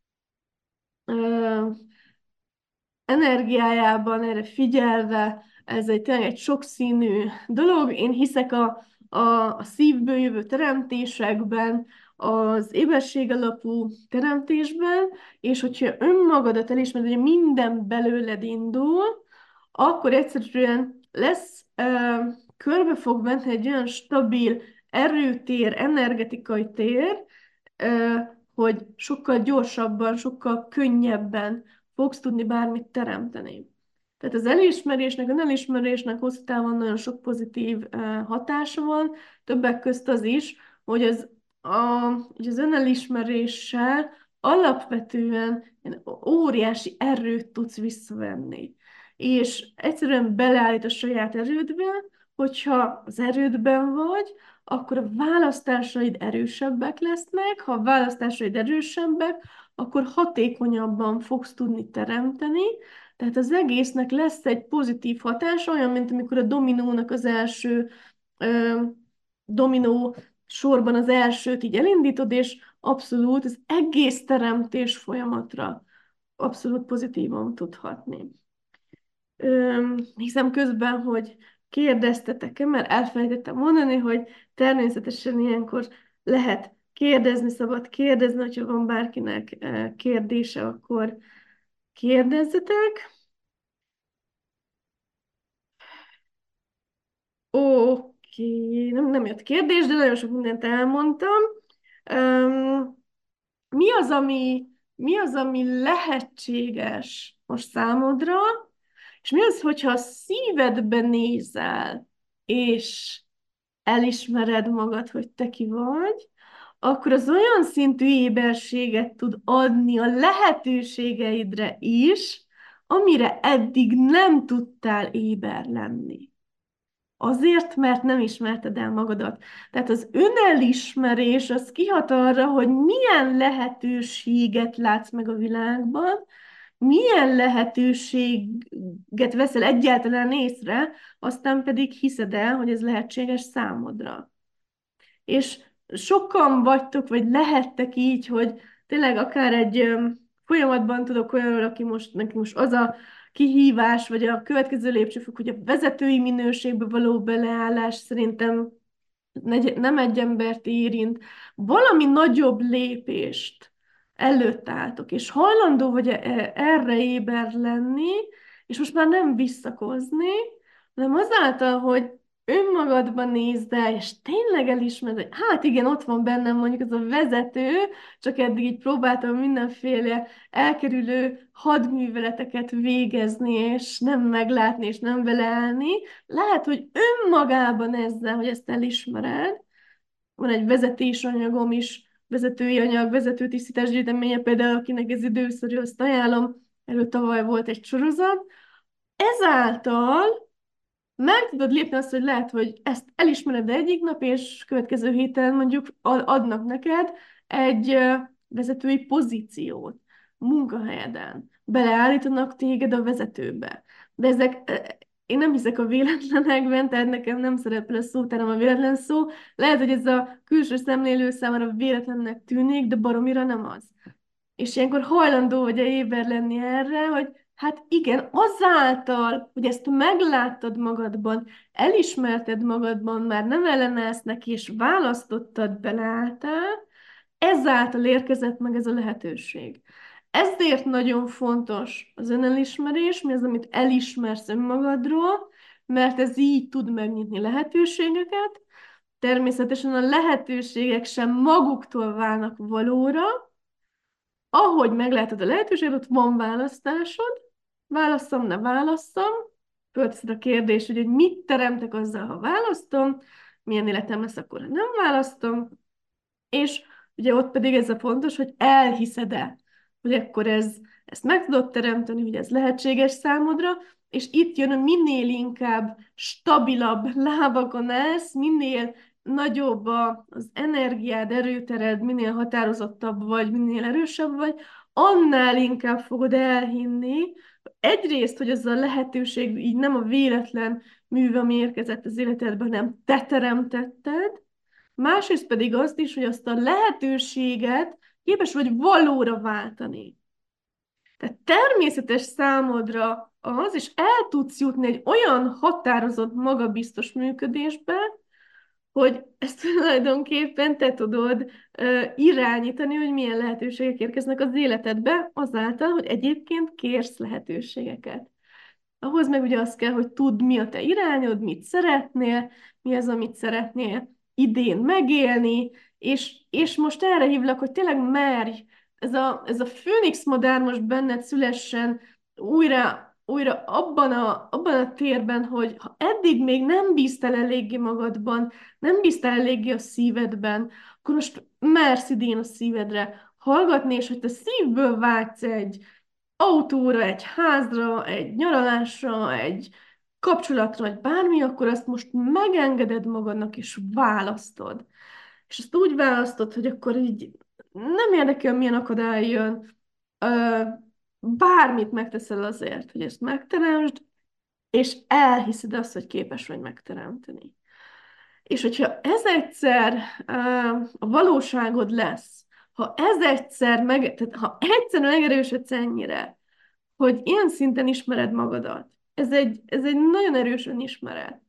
ö, energiájában erre figyelve, ez egy tényleg egy sokszínű dolog. Én hiszek a szívből jövő teremtésekben, az éberség alapú teremtésben, és hogyha önmagadat elismered, hogy minden belőled indul, akkor egyszerűen lesz, körbe fog menni egy olyan stabil erőtér, energetikai tér, hogy sokkal gyorsabban, sokkal könnyebben fogsz tudni bármit teremteni. Tehát az elismerésnek, az elismerésnek hosszú távon nagyon sok pozitív hatása van, többek közt az is, hogy hogy az önelismeréssel alapvetően óriási erőt tudsz visszavenni. És egyszerűen beleállít a saját erődbe, hogyha az erődben vagy, akkor a választásaid erősebbek lesznek, ha a választásaid erősebbek, akkor hatékonyabban fogsz tudni teremteni, tehát az egésznek lesz egy pozitív hatása, olyan, mint amikor a dominónak az első ö, dominó sorban az elsőt így elindítod, és abszolút az egész teremtés folyamatra abszolút pozitívan tud hatni. Hiszem közben, hogy kérdeztetek-e, mert elfelejtettem mondani, hogy természetesen ilyenkor lehet kérdezni, szabad kérdezni, hogyha van bárkinek kérdése, akkor kérdezzetek. Oké, nem jött kérdés, de nagyon sok mindent elmondtam. Um, mi az, ami lehetséges most számodra, és mi az, hogyha a szívedbe nézel, és elismered magad, hogy te ki vagy, akkor az olyan szintű éberséget tud adni a lehetőségeidre is, amire eddig nem tudtál éber lenni. Azért, mert nem ismerted el magadat. Tehát az önelismerés az kihat arra, hogy milyen lehetőséget látsz meg a világban, milyen lehetőséget veszel egyáltalán észre, aztán pedig hiszed el, hogy ez lehetséges számodra. És sokan vagytok, vagy lehettek így, hogy tényleg akár egy folyamatban tudok olyanról, neki most az a kihívás, vagy a következő lépcsőfok, hogy a vezetői minőségbe való beleállás szerintem nem egy embert érint, valami nagyobb lépést előtt álltok, és hajlandó vagy erre éber lenni, és most már nem visszakozni, hanem azáltal, hogy önmagadban nézd el, és tényleg elismered, hogy hát igen, ott van bennem mondjuk az a vezető, csak eddig így próbáltam mindenféle elkerülő hadműveleteket végezni, és nem meglátni, és nem beleállni. Lehet, hogy önmagában ezzel, hogy ezt elismered, van egy vezetésanyagom is, vezetői anyag, vezetőtisztítás gyűjteménye, például akinek ez időszerű, azt ajánlom, erről tavaly volt egy sorozat. Ezáltal meg tudod lépni azt, hogy lehet, hogy ezt elismered egyik nap, és következő héten mondjuk adnak neked egy vezetői pozíciót munkahelyeden. Beleállítanak téged a vezetőbe. De én nem hiszek a véletlenekben, tehát nekem nem szerepel a szótáram a véletlen szó. Lehet, hogy ez a külső szemlélő számára véletlennek tűnik, de baromira nem az. És ilyenkor hajlandó vagy éber lenni erre, hogy hát igen, azáltal, hogy ezt megláttad magadban, elismerted magadban, már nem ellenállsz neki, és választottad, beleálltál, ezáltal érkezett meg ez a lehetőség. Ezért nagyon fontos az önelismerés, mi az, amit elismersz önmagadról, mert ez így tud megnyitni lehetőségeket. Természetesen a lehetőségek sem maguktól válnak valóra, ahogy meglátod a lehetőséget, ott van választásod, válasszam, ne válasszam, fölteszed a kérdést, hogy mit teremtek azzal, ha választom, milyen életem lesz akkor, ha nem választom, és ugye ott pedig ez a fontos, hogy elhiszed-e, hogy akkor ezt meg tudod teremteni, hogy ez lehetséges számodra, és itt jön, hogy minél inkább stabilabb lábakon állsz, minél nagyobb az energiád, erőtered, minél határozottabb vagy, minél erősebb vagy, annál inkább fogod elhinni, egyrészt, hogy ez a lehetőség így nem a véletlen műve, ami érkezett az életedbe, hanem te teremtetted, másrészt pedig azt is, hogy azt a lehetőséget képes vagy valóra váltani. Tehát természetes számodra az, és el tudsz jutni egy olyan határozott, magabiztos működésbe, hogy ezt tulajdonképpen te tudod irányítani, hogy milyen lehetőségek érkeznek az életedbe, azáltal, hogy egyébként kérsz lehetőségeket. Ahhoz meg ugye az kell, hogy tudd, mi a te irányod, mit szeretnél, mi az, amit szeretnél idén megélni, és most erre hívlak, hogy tényleg merj, ez a Főnix madár most benned szülessen újra abban a térben, hogy ha eddig még nem bíztál eléggé magadban, nem bíztál eléggé a szívedben, akkor most mersz idén a szívedre hallgatni, és hogy te szívből vágysz egy autóra, egy házra, egy nyaralásra, egy kapcsolatra, vagy bármi, akkor azt most megengeded magadnak, és választod. És azt úgy választod, hogy akkor így nem érdekel, milyen akadály jön, bármit megteszel azért, hogy ezt megteremtsd, és elhiszed azt, hogy képes vagy megteremteni. És hogyha ez egyszer a valóságod lesz, ha ez egyszer tehát ha egyszer megerősödsz ennyire, hogy ilyen szinten ismered magadat, ez egy nagyon erős önismeret,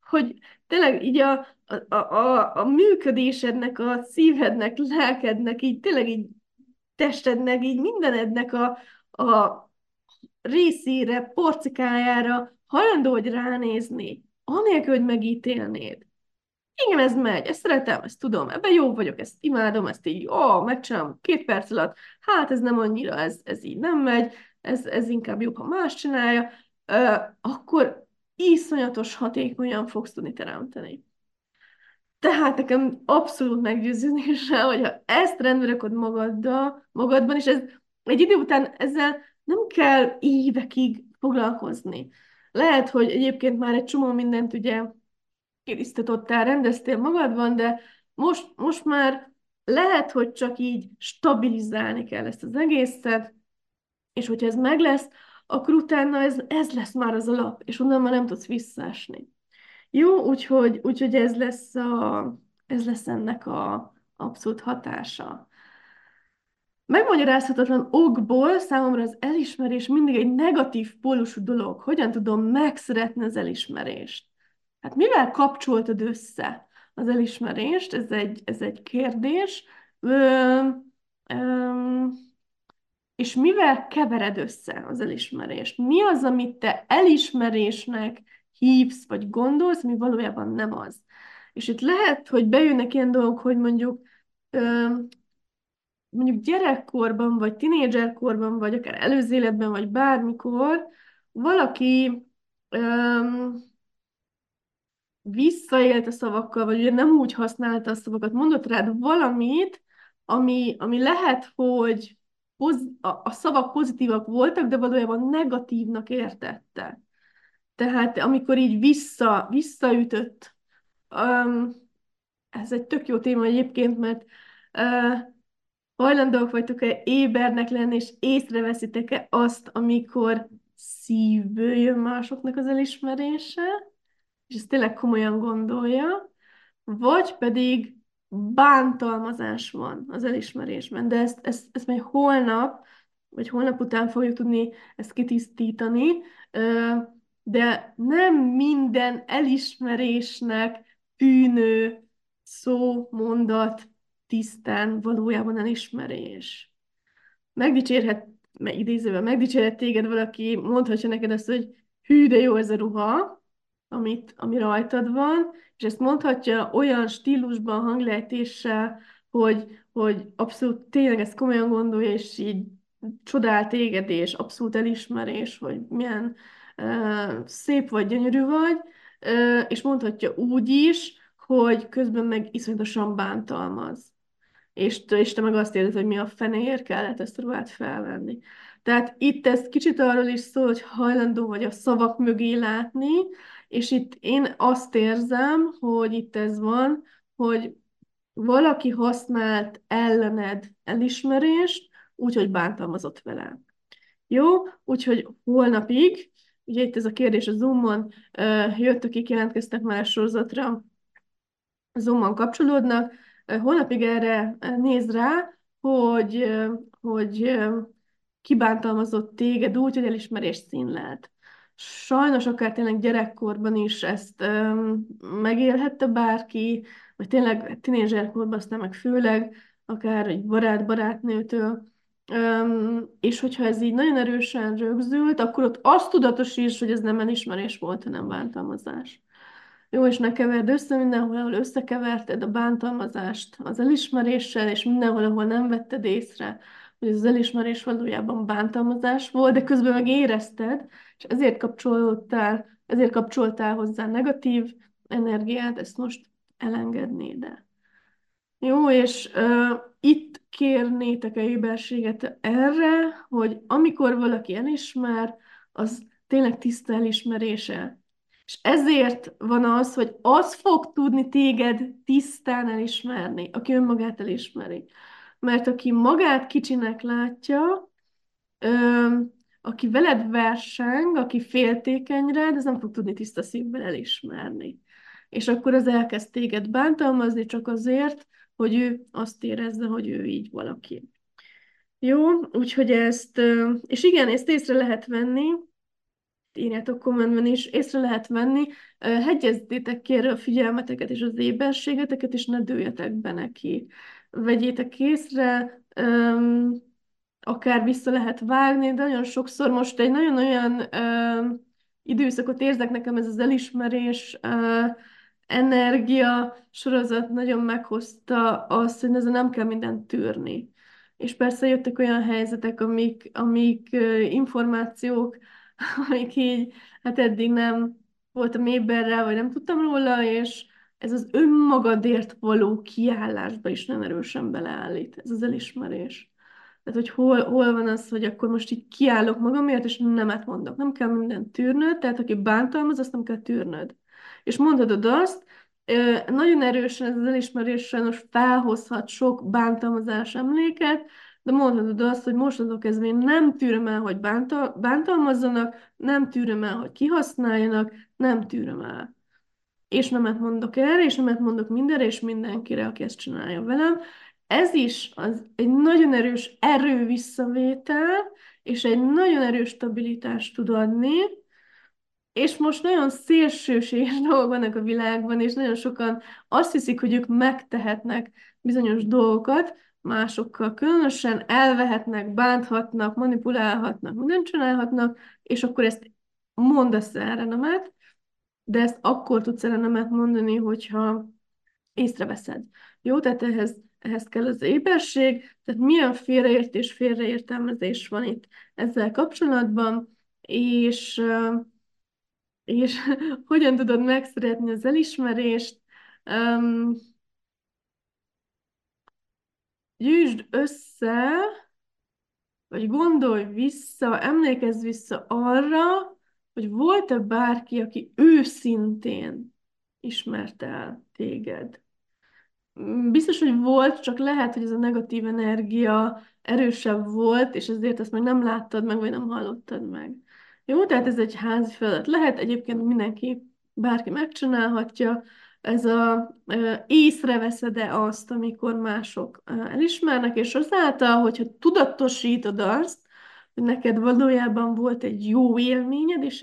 hogy tényleg így a működésednek, a szívednek, lelkednek, így tényleg így testednek, így mindenednek a részére, porcikájára hajlandó, hogy ránézni, anélkül, hogy megítélnéd. Igen, ez megy, ezt szeretem, ezt tudom, ebben jó vagyok, ezt imádom, ezt így, megcsinálom 2 perc alatt, hát ez nem annyira, ez így nem megy, ez inkább jobb, ha más csinálja, akkor iszonyatos hatékonyan fogsz tudni teremteni. Tehát nekem abszolút meggyőződésem, hogyha ezt rendbe rakod magadban, és ez egy idő után ezzel nem kell évekig foglalkozni. Lehet, hogy egyébként már egy csomó mindent ugye kitisztítottál, rendeztél magadban, de most már lehet, hogy csak így stabilizálni kell ezt az egészet, és hogyha ez meg lesz, akkor utána ez lesz már az alap, és onnan már nem tudsz visszaesni. Jó, úgyhogy ez lesz ennek a abszolút hatása. Megmagyarázhatatlan okból számomra az elismerés mindig egy negatív pólusú dolog. Hogyan tudom megszeretni az elismerést? Hát mivel kapcsoltad össze az elismerést? Ez egy kérdés. Ö, ö, és mivel kevered össze az elismerést? Mi az, amit te elismerésnek hívsz, vagy gondolsz, ami valójában nem az? És itt lehet, hogy bejönnek ilyen dolgok, hogy ö, mondjuk gyerekkorban, vagy tinédzserkorban, vagy akár előző életben, vagy bármikor valaki visszaélt a szavakkal, vagy ugye nem úgy használta a szavakat, mondott rád valamit, ami lehet, hogy a szavak pozitívak voltak, de valójában negatívnak értette. Tehát amikor így visszaütött, um, ez egy tök jó téma egyébként, mert hajlandóak vagytok-e ébernek lenni, és észreveszitek-e azt, amikor szívből jön másoknak az elismerése, és ezt tényleg komolyan gondolja, vagy pedig bántalmazás van az elismerésben. De ezt majd holnap, vagy holnap után fogjuk tudni ezt kitisztítani, de nem minden elismerésnek tűnő szó, mondat tisztán valójában elismerés. Megdicsérhet, idézőben megdicsérhet téged valaki, mondhatja neked azt, hogy hű, de jó ez a ruha, ami rajtad van, és ezt mondhatja olyan stílusban, hanglejtéssel, hogy abszolút tényleg ezt komolyan gondolja, és így csodál téged, és abszolút elismerés, hogy milyen szép vagy, gyönyörű vagy, és mondhatja úgy is, hogy közben meg iszonyatosan bántalmaz. És te meg azt érzed, hogy mi a fenéért kellett ezt a ruhát felvenni. Tehát itt ez kicsit arról is szól, hogy hajlandó vagy a szavak mögé látni, és itt én azt érzem, hogy itt ez van, hogy valaki használt ellened elismerést, úgyhogy bántalmazott vele. Jó? Úgyhogy holnapig, ugye itt ez a kérdés a Zoom-on, jött, akik jelentkeztek már a sorozatra, Zoom-on kapcsolódnak, holnapig erre nézd rá, hogy kibántalmazott téged úgy, hogy elismerést színlelt. Sajnos akár tényleg gyerekkorban is ezt megélhette bárki, vagy tényleg tinédzserkorban, aztán meg főleg, akár egy barátnőtől. És hogyha ez így nagyon erősen rögzült, akkor ott azt tudatosíts, hogy ez nem elismerés volt, hanem bántalmazás. Jó, és ne keverd össze mindenhol, ahol összekeverted a bántalmazást az elismeréssel, és mindenhol, ahol nem vetted észre, hogy ez az elismerés valójában bántalmazás volt, de közben meg érezted, és ezért kapcsoltál hozzá negatív energiát, ezt most elengednéd el. Jó, és itt kérnétek a éberséget erre, hogy amikor valaki elismer, az tényleg tiszta elismerése. És ezért van az, hogy az fog tudni téged tisztán elismerni, aki önmagát elismeri. Mert aki magát kicsinek látja, ö, aki veled verseng, aki féltékeny rád, az nem fog tudni tiszta szívvel elismerni. És akkor az elkezd téged bántalmazni csak azért, hogy ő azt érezze, hogy ő így valaki. Jó, úgyhogy és igen, ezt észre lehet venni, írjátok kommentben is, észre lehet venni. Hegyezzétek ki erre a figyelmeteket és az éberségeteket, és ne dőljetek be neki. Vegyétek észre, akár vissza lehet vágni, de nagyon sokszor most egy nagyon olyan időszakot érzek, nekem ez az elismerés, energia sorozat nagyon meghozta azt, hogy ezzel nem kell mindent tűrni. És persze jöttek olyan helyzetek, amik információk, amik így, hát eddig nem voltam ébben rá, vagy nem tudtam róla, és ez az önmagadért való kiállásba is nagyon erősen beleállít, ez az elismerés. Tehát, hogy hol van az, hogy akkor most így kiállok magamért, és nemet mondok. Nem kell mindent tűrnöd, tehát aki bántalmaz, azt nem kell tűrnöd. És mondhatod azt, nagyon erősen ez az elismerés sajnos felhozhat sok bántalmazás emléket, de mondhatod azt, hogy mostantól kezdve én nem tűröm el, hogy bántalmazzanak, nem tűröm el, hogy kihasználjanak, nem tűröm el. És nemet mondok erre, és nemet mondok mindenre, és mindenkire, aki ezt csinálja velem. Ez is egy nagyon erős erő visszavétel, és egy nagyon erős stabilitást tud adni, és most nagyon szélsőséges dolgok vannak a világban, és nagyon sokan azt hiszik, hogy ők megtehetnek bizonyos dolgokat, másokkal különösen elvehetnek, bánthatnak, manipulálhatnak, mindent csinálhatnak, és akkor ezt mondasz erre nemet, de ezt akkor tudsz erre nemet mondani, hogyha észreveszed. Jó, tehát ehhez kell az éberség, tehát milyen félreértés, félreértelmezés van itt ezzel kapcsolatban, és hogyan tudod megszeretni az elismerést. Um, Gyűjtsd össze, vagy gondolj vissza, emlékezz vissza arra, hogy volt-e bárki, aki őszintén ismert el téged. Biztos, hogy volt, csak lehet, hogy ez a negatív energia erősebb volt, és ezért ezt meg nem láttad meg, vagy nem hallottad meg. Jó, tehát ez egy házi feladat. Lehet egyébként mindenki, bárki megcsinálhatja. Ez észreveszed-e azt, amikor mások elismernek, és azáltal, hogyha tudatosítod azt, hogy neked valójában volt egy jó élményed, és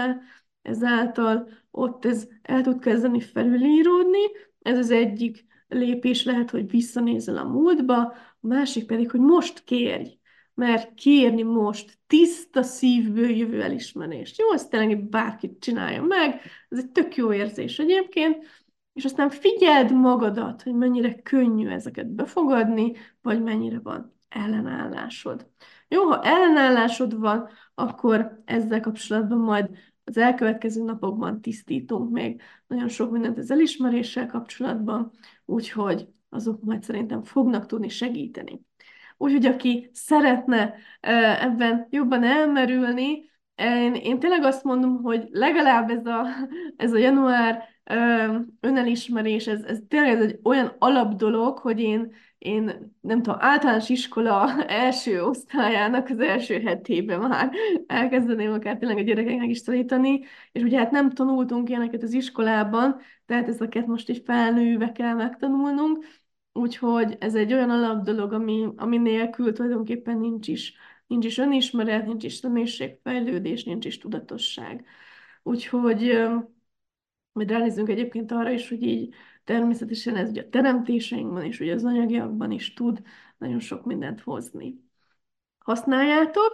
ezáltal ott ez el tud kezdeni felülíródni, ez az egyik lépés lehet, hogy visszanézel a múltba, a másik pedig, hogy most kérj, mert kérni most tiszta szívből jövő elismerést. Jó, ezt tényleg bárki csinálja meg, ez egy tök jó érzés egyébként, és aztán figyeld magadat, hogy mennyire könnyű ezeket befogadni, vagy mennyire van ellenállásod. Jó, ha ellenállásod van, akkor ezzel kapcsolatban majd az elkövetkező napokban tisztítunk még nagyon sok mindent az elismeréssel kapcsolatban, úgyhogy azok majd szerintem fognak tudni segíteni. Úgyhogy aki szeretne ebben jobban elmerülni, én tényleg azt mondom, hogy legalább ez a január önelismerés, ez tényleg ez egy olyan alapdolog, hogy én nem tudom, általános iskola első osztályának az első hetében már elkezdeném akár tényleg a gyerekeknek is tanítani, és ugye hát nem tanultunk ilyeneket az iskolában, tehát ezeket most így felnőve kell megtanulnunk, úgyhogy ez egy olyan alapdolog, ami nélkül tulajdonképpen nincs is önismeret, nincs is személyiségfejlődés, nincs is tudatosság. Úgyhogy majd ránézzünk egyébként arra is, hogy így természetesen ez ugye a teremtéseinkben és ugye az anyagiakban is tud nagyon sok mindent hozni. Használjátok,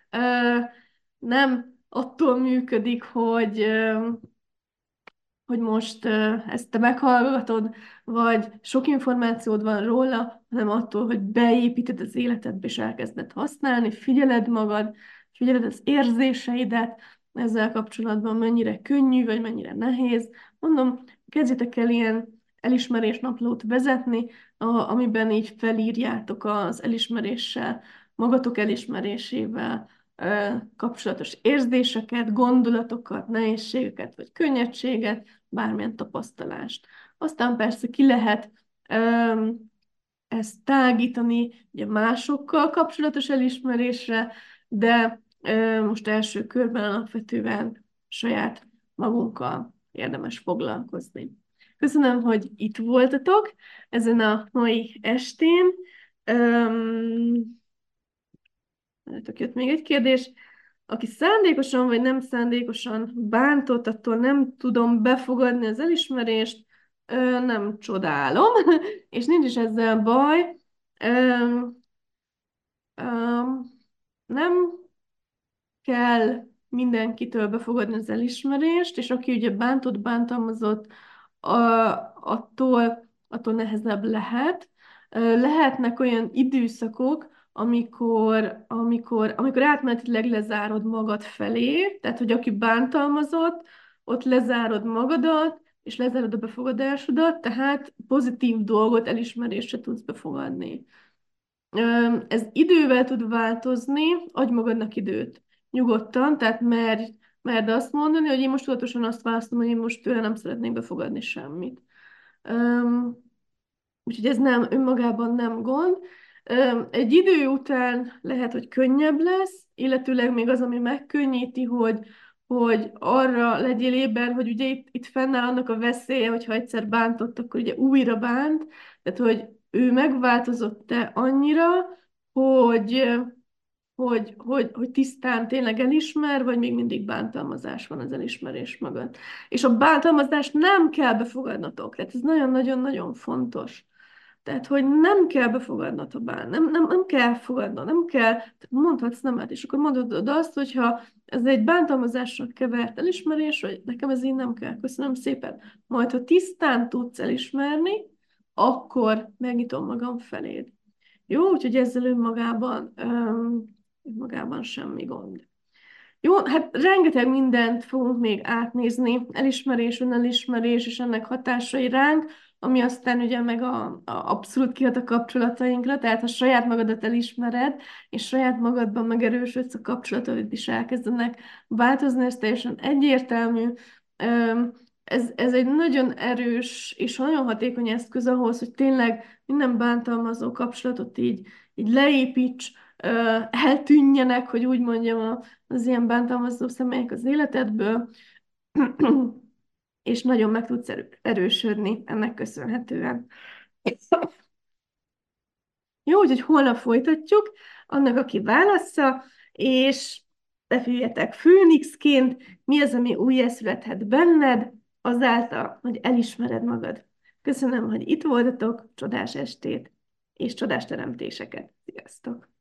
nem attól működik, hogy most ezt te meghallgatod, vagy sok információd van róla, hanem attól, hogy beépíted az életedbe, és elkezded használni, figyeled magad, figyeled az érzéseidet, ezzel kapcsolatban mennyire könnyű, vagy mennyire nehéz. Mondom, kezdjetek el ilyen elismerésnaplót vezetni, amiben így felírjátok az elismeréssel, magatok elismerésével kapcsolatos érzéseket, gondolatokat, nehézségeket, vagy könnyedséget, bármilyen tapasztalást. Aztán persze ki lehet ezt tágítani ugye másokkal kapcsolatos elismerésre, de most első körben alapvetően saját magunkkal érdemes foglalkozni. Köszönöm, hogy itt voltatok ezen a mai estén. Jött még egy kérdés. Aki szándékosan vagy nem szándékosan bántott, attól nem tudom befogadni az elismerést, nem csodálom, és nincs is ezzel baj. Ö, ö, nem kell mindenkitől befogadni az elismerést, és aki ugye bántott, bántalmazott, attól nehezebb lehet. Lehetnek olyan időszakok, amikor átmenetileg lezárod magad felé, tehát, hogy aki bántalmazott, ott lezárod magadat, és lezárod a befogadásodat, tehát pozitív dolgot, elismerést se tudsz befogadni. Ez idővel tud változni, adj magadnak időt. Nyugodtan, tehát merd azt mondani, hogy én most tudatosan azt választom, hogy én most tőle nem szeretnék befogadni semmit. Öm, Úgyhogy ez nem önmagában nem gond. Egy idő után lehet, hogy könnyebb lesz, illetőleg még az, ami megkönnyíti, hogy arra legyél éber, hogy ugye itt fennáll annak a veszélye, hogyha egyszer bántott, akkor ugye újra bánt, tehát hogy ő megváltozott-e annyira, hogy, hogy tisztán tényleg elismer, vagy még mindig bántalmazás van az elismerés mögött. És a bántalmazást nem kell befogadnotok, tehát ez nagyon-nagyon-nagyon fontos. Tehát, hogy nem kell befogadnod a nem kell fogadnod, nem kell, mondhatsz nemet, és akkor mondod azt, hogyha ez egy bántalmazással kevert elismerés, hogy nekem ez így nem kell, köszönöm szépen. Majd, ha tisztán tudsz elismerni, akkor megnyitom magam feléd. Jó, úgyhogy ezzel önmagában semmi gond. Jó, hát rengeteg mindent fogunk még átnézni, elismerés, önelismerés és ennek hatásai ránk, ami aztán ugye meg abszolút kihat a kapcsolatainkra, tehát ha saját magadat elismered, és saját magadban megerősödsz, a kapcsolataid is elkezdenek változni, ez teljesen egyértelmű. Ez egy nagyon erős és nagyon hatékony eszköz ahhoz, hogy tényleg minden bántalmazó kapcsolatot így leépíts, eltűnjenek, hogy úgy mondjam, az ilyen bántalmazó személyek az életedből, és nagyon meg tudsz erősödni ennek köszönhetően. Jó, úgyhogy holnap folytatjuk, annak, aki válassza, és lefüljetek főnixként, mi az, ami újjászülethet benned, azáltal, hogy elismered magad. Köszönöm, hogy itt voltatok, csodás estét, és csodás teremtéseket. Sziasztok!